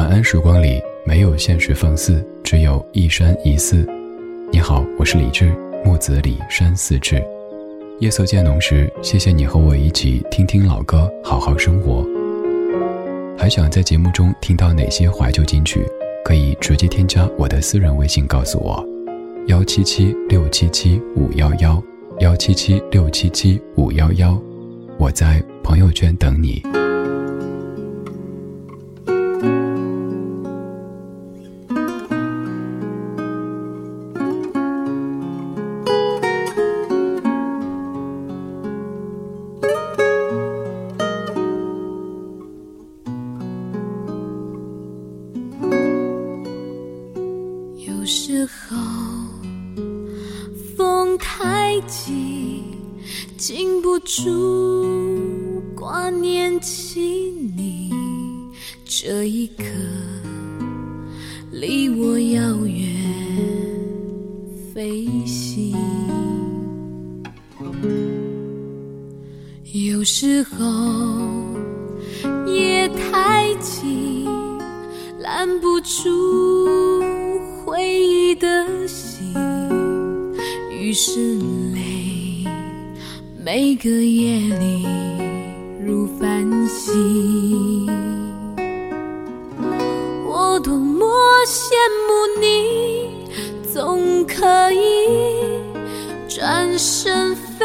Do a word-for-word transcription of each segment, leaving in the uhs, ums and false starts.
安时光里没有现实放肆，只有一山一寺。你好，我是李志，木子李山寺志。夜色渐浓时，谢谢你和我一起听听老歌，好好生活。还想在节目中听到哪些怀旧金曲，可以直接添加我的私人微信告诉我，幺七七六七七五幺幺，幺七七六七七五幺幺，我在朋友圈等你。 有时候风太急，禁不住挂念起你，这一刻离我遥远飞行。有时候夜太急，拦不住回忆的心，于是泪每个夜里如繁星。我多么羡慕你，总可以转身飞，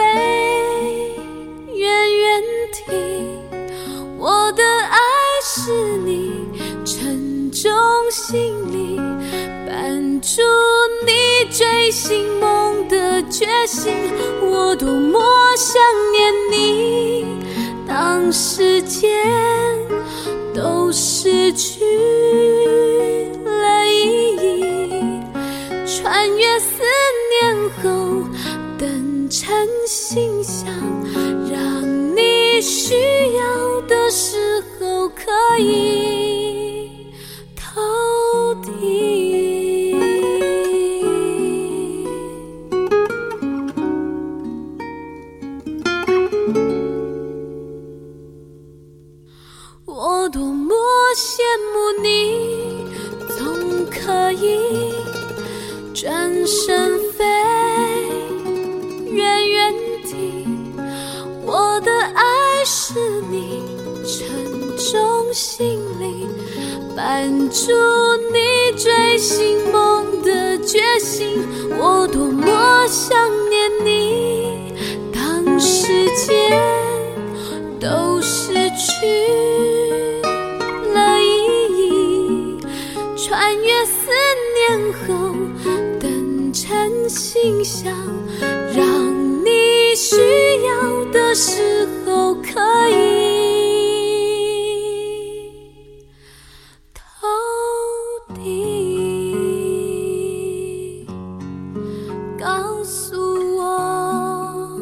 远远地。我的爱是你沉重心里伴住你追星梦的决心。我多么想念你，当时间都失去了意义，穿越思念后等成信箱，让你需要的时候可以投递。我多么羡慕你，总可以转身飞，远远地。我的爱是你沉重心里伴住你追星梦的决心。我多么想念你，当时间都失去了意义，穿越思念后等成信箱，让你需要的时候可以投递。告诉我，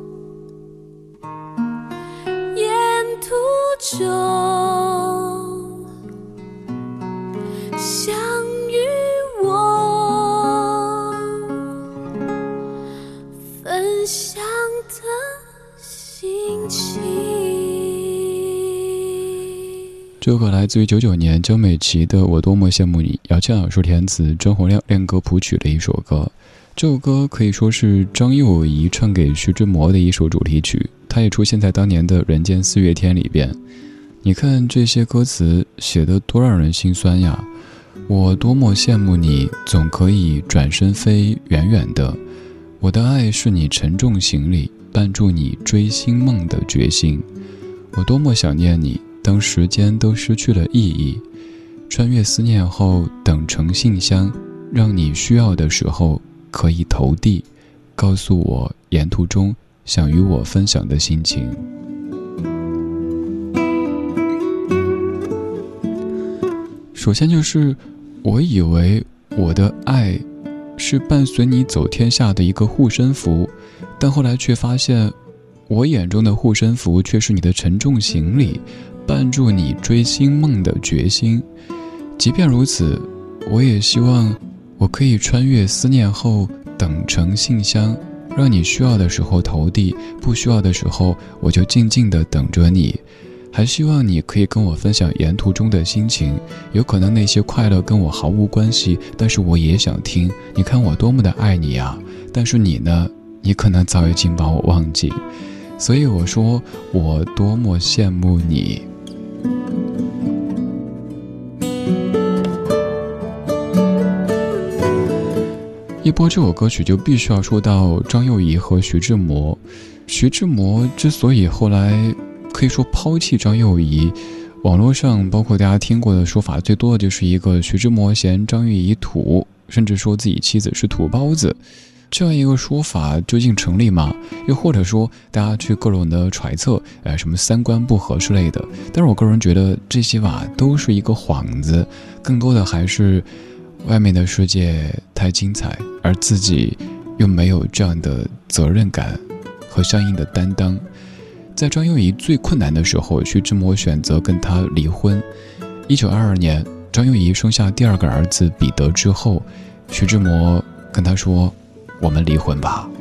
沿途中相遇我分享的心情。 这首歌来自于九九年焦美琪的《我多么羡慕你》，姚谦老师填词，张洪亮练歌谱曲的一首歌。这首歌可以说是张幼仪唱给徐志摩的一首主题曲，它也出现在当年的《人间四月天》里边。你看这些歌词写得多让人心酸呀！我多么羡慕你，总可以转身飞远远的。我的爱是你沉重行李，伴住你追星梦的决心。我多么想念你，当时间都失去了意义，穿越思念后等成信箱，让你需要的时候可以投递，告诉我沿途中想与我分享的心情。首先就是我以为我的爱是伴随你走天下的一个护身符，但后来却发现我眼中的护身符却是你的沉重行李，伴住你追星梦的决心。即便如此，我也希望我可以穿越思念后等成信箱，让你需要的时候投递，不需要的时候我就静静地等着你。 还希望你可以跟我分享沿途中的心情，有可能那些快乐跟我毫无关系，但是我也想听。你看我多么的爱你啊，但是你呢？你可能早已经把我忘记。所以我说，我多么羡慕你。一播这首歌曲就必须要说到张幼仪和徐志摩。徐志摩之所以后来可以说抛弃张幼仪，网络上包括大家听过的说法最多的就是一个徐志摩嫌张幼仪土，甚至说自己妻子是土包子。这样一个说法究竟成立吗？又或者说大家去各种的揣测，呃，什么三观不合之类的。但是我个人觉得这些吧都是一个幌子，更多的还是外面的世界太精彩，而自己又没有这样的责任感和相应的担当。在张幼仪最困难的时候，徐志摩选择跟她离婚。一九二二年，张幼仪生下第二个儿子彼得之后，徐志摩跟她说：“我们离婚吧。”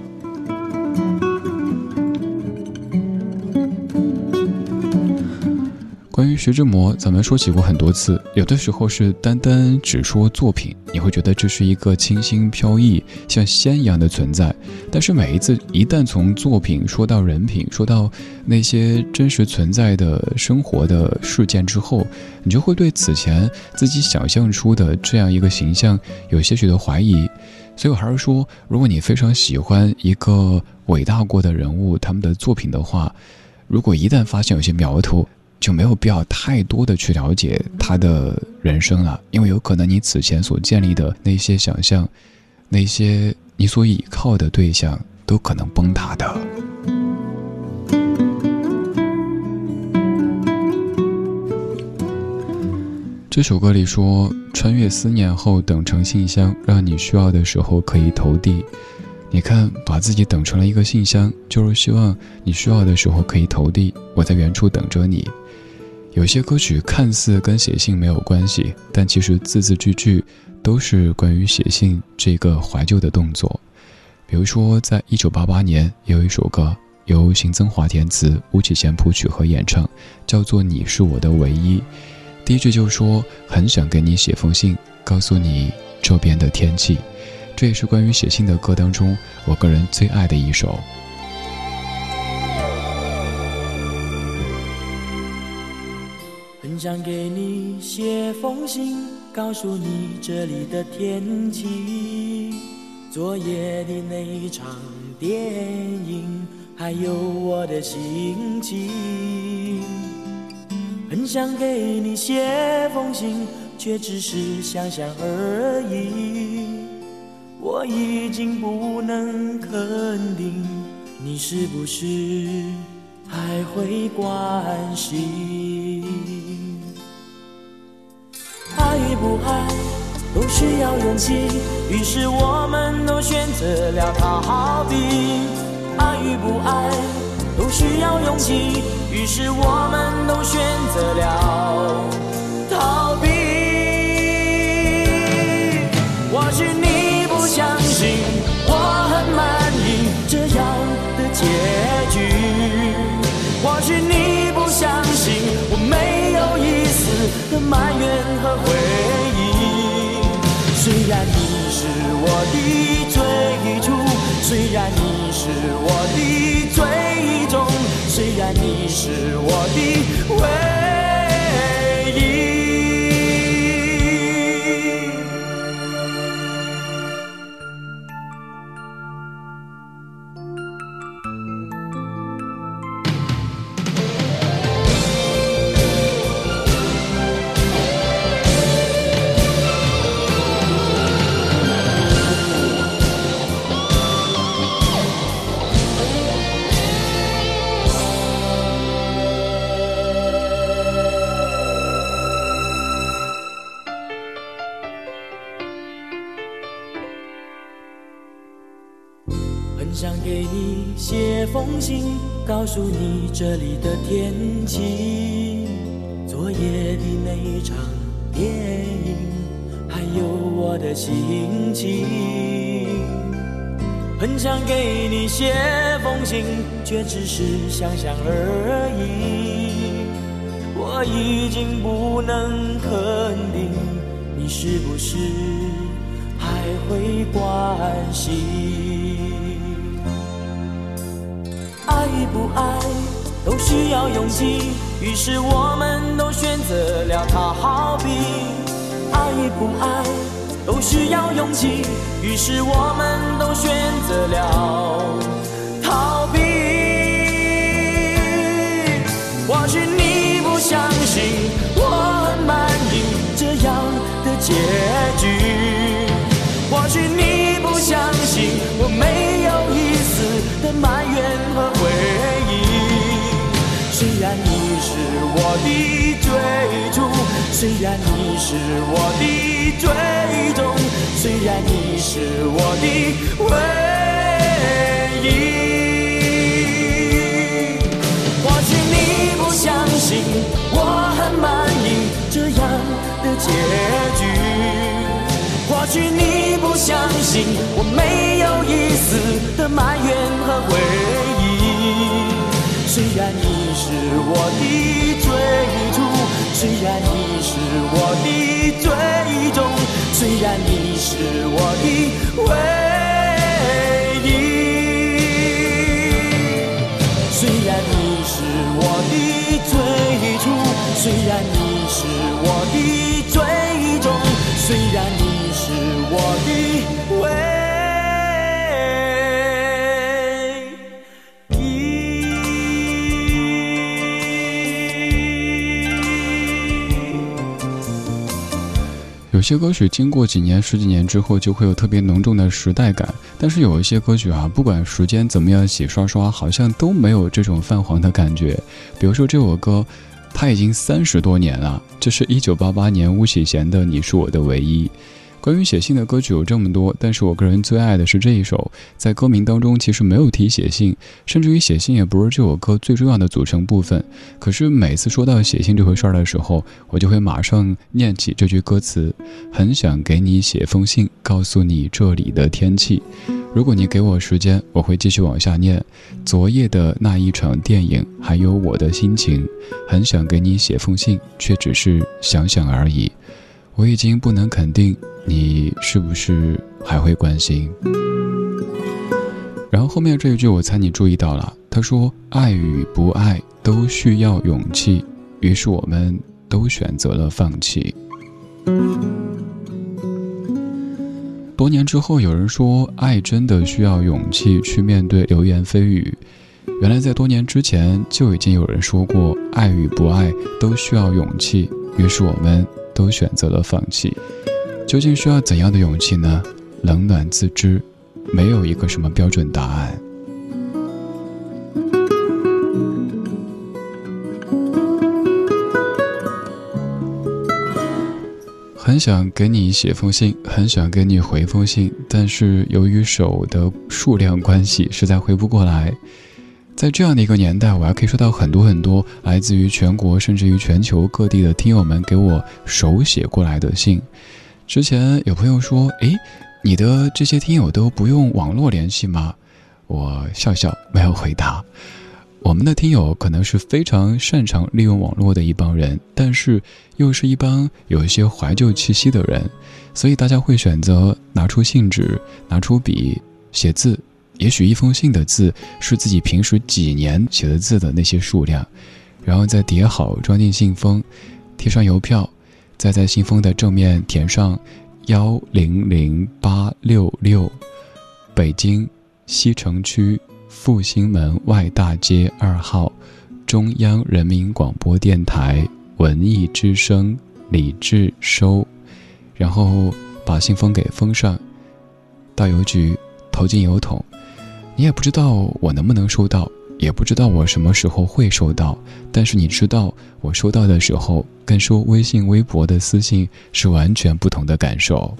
关于徐志摩，咱们说起过很多次，有的时候是单单只说作品，你会觉得这是一个清新飘逸像仙一样的存在，但是每一次一旦从作品说到人品，说到那些真实存在的生活的事件之后，你就会对此前自己想象出的这样一个形象有些许的怀疑。所以我还是说，如果你非常喜欢一个伟大过的人物他们的作品的话，如果一旦发现有些苗头，就没有必要太多的去了解他的人生了，因为有可能你此前所建立的那些想象，那些你所倚靠的对象都可能崩塌的。这首歌里说，穿越思念后等成信箱，让你需要的时候可以投递。你看，把自己等成了一个信箱，就是希望你需要的时候可以投递，我在远处等着你。有些歌曲看似跟写信没有关系，但其实字字句句都是关于写信这个怀旧的动作。比如说在一九八八年有一首歌由邢增华填词，巫启贤谱曲和演唱，叫做《你是我的唯一》。第一句就说很想给你写封信，告诉你这边的天气。这也是关于写信的歌当中我个人最爱的一首。 很想给你写封信，告诉你这里的天气，昨夜的那一场电影，还有我的心情。很想给你写封信，却只是想想而已。我已经不能肯定，你是不是还会关心？爱与不爱都需要勇气，于是我们都选择了逃避。爱与不爱都需要勇气，于是我们都选择了逃避。或许你不相信我很满意这样的结局，或许你不相信我没有一丝的埋怨和回忆。虽然你是我的最初，虽然你是我的最终，虽然你是我的唯一。很想给你写封信，告诉你这里的天气，昨夜的那一场电影，还有我的心情。很想给你写封信，却只是想想而已。 我已经不能肯定你是不是还会关心。爱与不爱都需要勇气，于是我们都选择了逃避。爱与不爱都需要勇气，于是我们都选择了逃避。或许你不相信我很满意这样的结局，或许你不相信我没有一丝的埋怨和回忆。虽然你是我的最初，虽然你是我的最终，虽然你是我的唯一。或许你不相信我很满意这样的结局，或许你不相信我没有一丝的埋怨和回忆。虽然你是我的最初，虽然你是我的最终，虽然你是我的唯一。虽然你是我的最初，虽然你是我的最终，虽然你是我的唯一。 有些歌曲经过几年十几年之后就会有特别浓重的时代感，但是有一些歌曲啊，不管时间怎么样洗刷刷，好像都没有这种泛黄的感觉。比如说这首歌它已经三十多年了，这是一九八八年巫启贤的《你是我的唯一》。关于写信的歌曲有这么多，但是我个人最爱的是这一首，在歌名当中其实没有提写信，甚至于写信也不是这首歌最重要的组成部分。可是每次说到写信这回事儿的时候，我就会马上念起这句歌词，很想给你写封信，告诉你这里的天气。如果你给我时间，我会继续往下念。昨夜的那一场电影，还有我的心情，很想给你写封信，却只是想想而已。我已经不能肯定你是不是还会关心。然后后面这一句我猜你注意到了，他说爱与不爱都需要勇气，于是我们都选择了放弃。多年之后有人说，爱真的需要勇气去面对流言蜚语。原来在多年之前就已经有人说过，爱与不爱都需要勇气，于是我们都选择了放弃。究竟需要怎样的勇气呢？冷暖自知，没有一个什么标准答案。很想给你写封信，很想给你回封信，但是由于手的数量关系，实在回不过来。在这样的一个年代，我还可以收到很多很多来自于全国甚至于全球各地的听友们给我手写过来的信。之前有朋友说，诶，你的这些听友都不用网络联系吗？我笑笑没有回答。我们的听友可能是非常擅长利用网络的一帮人，但是又是一帮有一些怀旧气息的人，所以大家会选择拿出信纸，拿出笔写字。也许一封信的字是自己平时几年写的字的那些数量，然后再叠好装进信封，贴上邮票，再在信封的正面填上幺零零八六六，北京西城区复兴门外大街二号，中央人民广播电台文艺之声李志收，然后把信封给封上，到邮局投进邮筒。你也不知道我能不能收到，也不知道我什么时候会收到，但是你知道我收到的时候跟收微信微博的私信是完全不同的感受。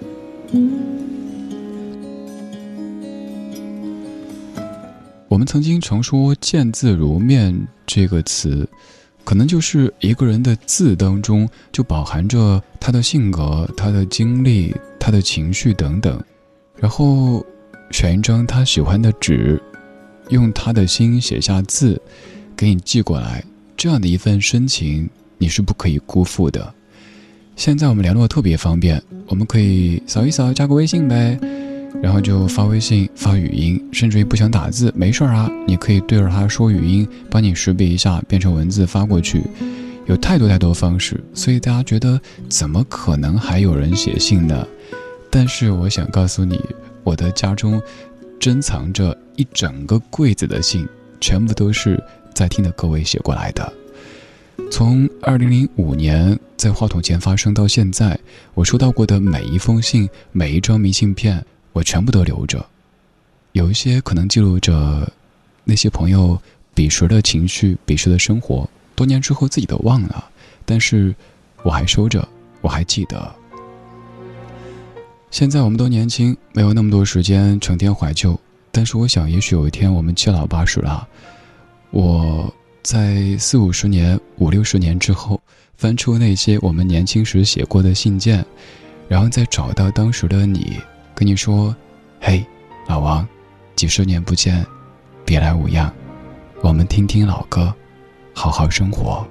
我们曾经常说见字如面这个词，可能就是一个人的字当中就饱含着他的性格，他的经历，他的情绪等等，然后选一张他喜欢的纸，用他的心写下字给你寄过来，这样的一份深情你是不可以辜负的。现在我们联络特别方便，我们可以扫一扫加个微信呗，然后就发微信发语音，甚至于不想打字没事啊，你可以对着它说语音，帮你识别一下变成文字发过去，有太多太多方式。所以大家觉得怎么可能还有人写信呢？但是我想告诉你，我的家中珍藏着一整个柜子的信，全部都是在听的各位写过来的。从二零零五年在话筒前发生到现在，我收到过的每一封信，每一张明信片，我全部都留着。有一些可能记录着那些朋友彼时的情绪，彼时的生活，多年之后自己都忘了，但是我还收着，我还记得。现在我们都年轻，没有那么多时间成天怀旧，但是我想也许有一天我们七老八十了，我在四五十年五六十年之后翻出那些我们年轻时写过的信件，然后再找到当时的你，跟你说，嘿老王，几十年不见，别来无恙，我们听听老歌，好好生活。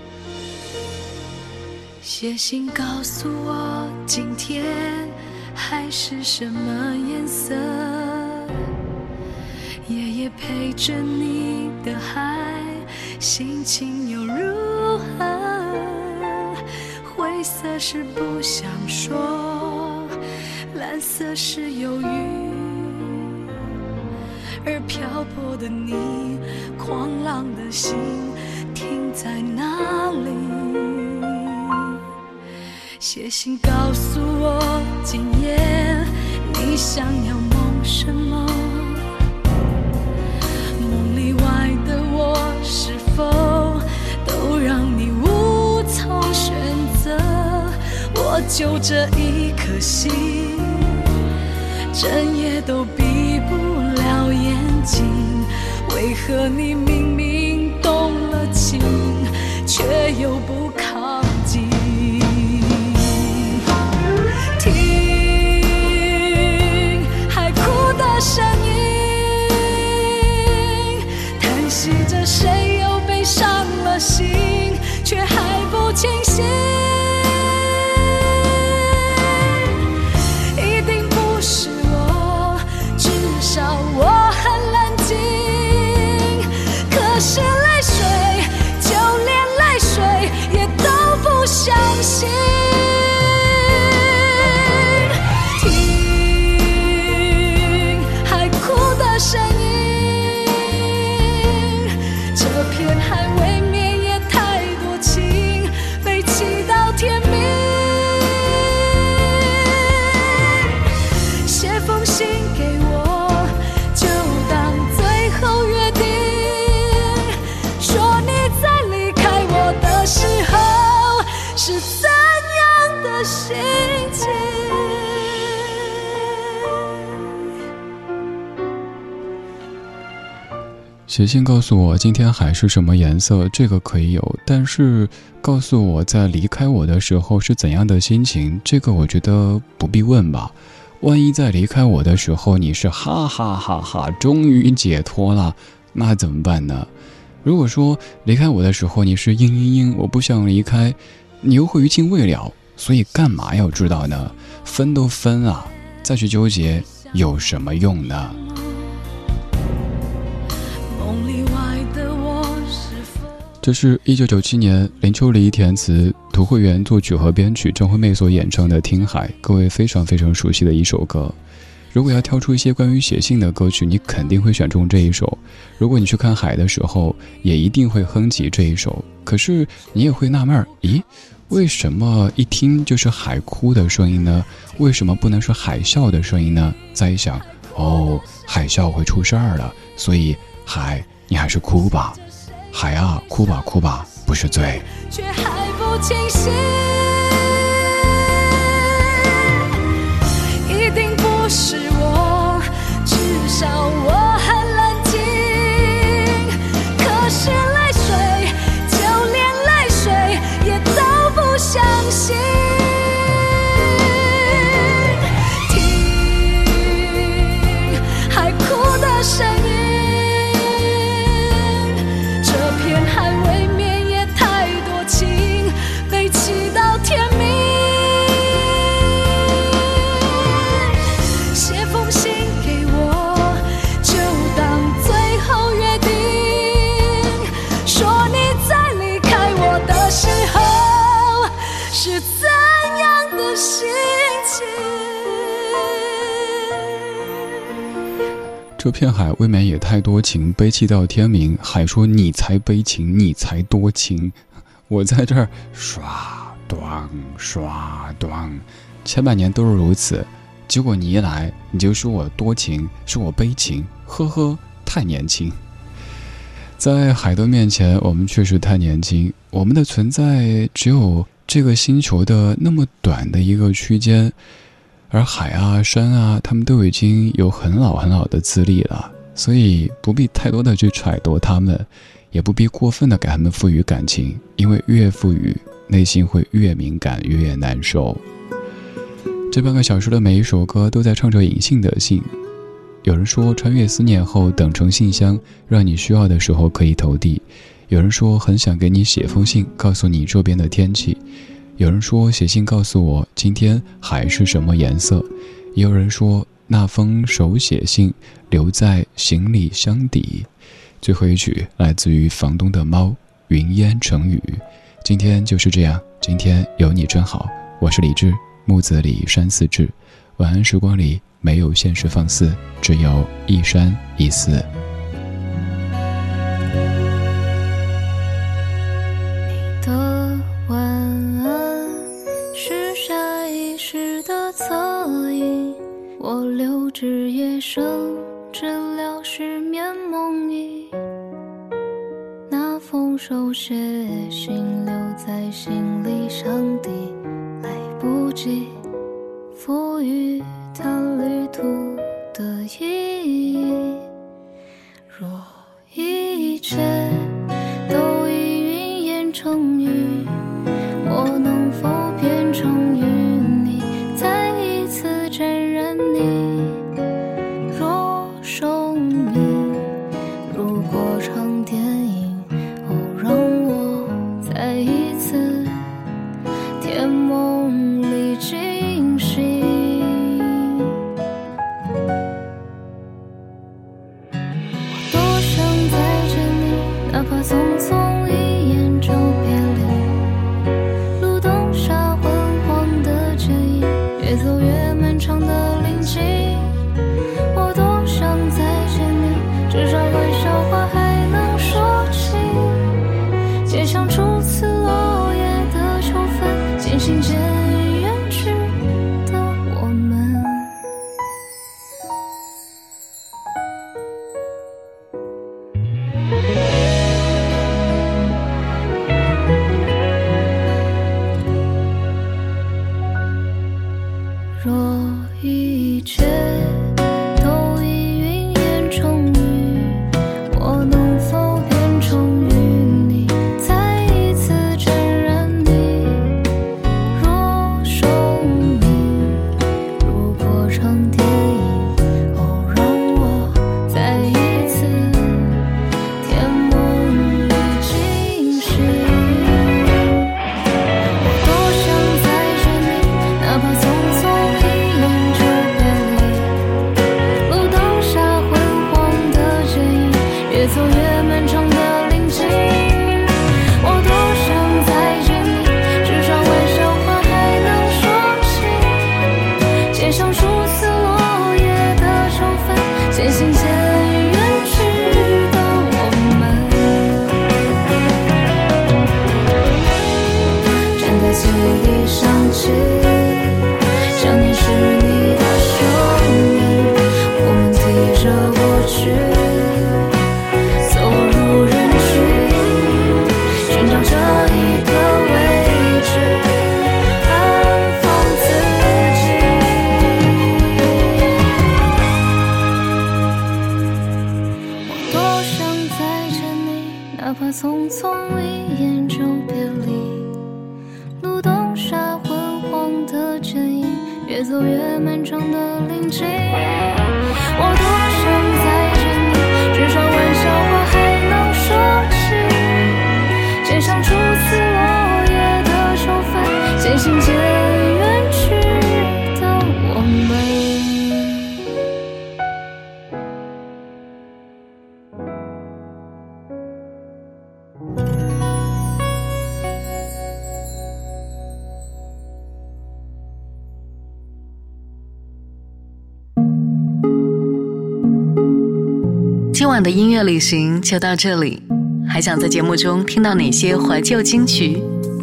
写信告诉我今天海是什么颜色，夜夜陪着你的海，心情又如何？灰色是不想说，蓝色是忧郁，而漂泊的你，狂浪的心停在哪里？写信告诉我今夜你想要梦什么，梦里外的我是否都让你无从选择？我就这一颗心，整夜都闭不了眼睛，为何你明明动了情，却又不靠近？听海哭的声音，叹息着谁又悲伤了心，却还不清醒。一定不是我，至少我很冷静，可是泪水，就连泪水也都不相信。听海哭的声音，这片海未免也太多情，被气到天明。写封信给我，就当最后约定，说你在离开我的时候是怎样的心情。 写信告诉我今天海是什么颜色，这个可以有，但是告诉我在离开我的时候是怎样的心情，这个我觉得不必问吧。万一在离开我的时候你是哈哈哈哈终于解脱了，那怎么办呢？如果说离开我的时候你是嘤嘤嘤我不想离开，你又会余情未了，所以干嘛要知道呢？分都分啊，再去纠结有什么用呢？这是一九九七年林秋离填词，涂慧源作曲和编曲，张惠妹所演唱的《听海》，各位非常非常熟悉的一首歌。如果要挑出一些关于写信的歌曲，你肯定会选中这一首。如果你去看海的时候，也一定会哼起这一首。可是你也会纳闷，咦，为什么一听就是海哭的声音呢？为什么不能是海啸的声音呢？再一想，哦，海啸会出事儿了，所以海，你还是哭吧。海啊，哭吧哭吧，不是罪， 却还不清醒。一定不是我，至少我很冷静，可是泪水，就连泪水也都不相信。听海哭的声音，海未免也太多情， 这片海未免也太多情，悲泣到天明，海说你才悲情，你才多情，我在这儿刷短刷短，千百年都是如此，结果你一来你就说我多情，说我悲情，呵呵，太年轻。在海的面前，我们确实太年轻，我们的存在只有这个星球的那么短的一个区间，而海啊山啊，他们都已经有很老很老的资历了，所以不必太多的去揣度他们，也不必过分的给他们赋予感情，因为越赋予，内心会越敏感越难受。这半个小时的每一首歌都在唱着隐性的信。有人说穿越思念后等成信箱，让你需要的时候可以投递。有人说很想给你写封信，告诉你这边的天气。有人说写信告诉我今天海是什么颜色。也有人说那封手写信留在行李箱底。最后一曲来自于房东的猫，云烟成雨。今天就是这样，今天有你真好。我是李志，木子李山寺志。晚安时光里没有现实放肆，只有一山一寺。 你的晚安是下意识的侧影，我留至夜深，治疗失眠梦呓。那封手写信留在行李箱底，来不及赋予它旅途的意义。若一切都已云烟成雨，我能否变成与你再一次沾染你？若生命如果场电影，哦，让我再一次甜梦里惊醒。哪怕匆匆一眼就别离，路灯下昏黄的剪影，越走越漫长的林径。我多想再见你，至少玩笑话还能说起，街上初次落叶的秋分，渐行渐远去的我们。若一切都已云烟成雨，我能否变成与你再一次沾染你？若生命如果场电影，哦，让我再一次甜梦里惊醒。我多想再见你，哪怕从越走越漫长的林径，我多想再见你，至少玩笑话还能说起，街上初次落叶的秋分，渐行渐远去的我们，站在汽笛响起，想念是你的声音，我们提着过去哪怕匆匆一眼就别离，路灯下昏黄的剪影，越走越漫长的林径。我多想再见你，至少玩笑话还能说起，街上初次落叶的秋分，渐行渐远去的我们。 今晚的音乐旅行就到这里，还想在节目中听到哪些怀旧金曲？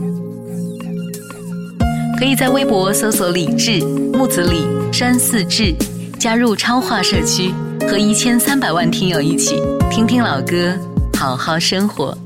可以在微博搜索李志、木子李、山寺志，加入超话社区，和一千三百万听友一起听听老歌，好好生活。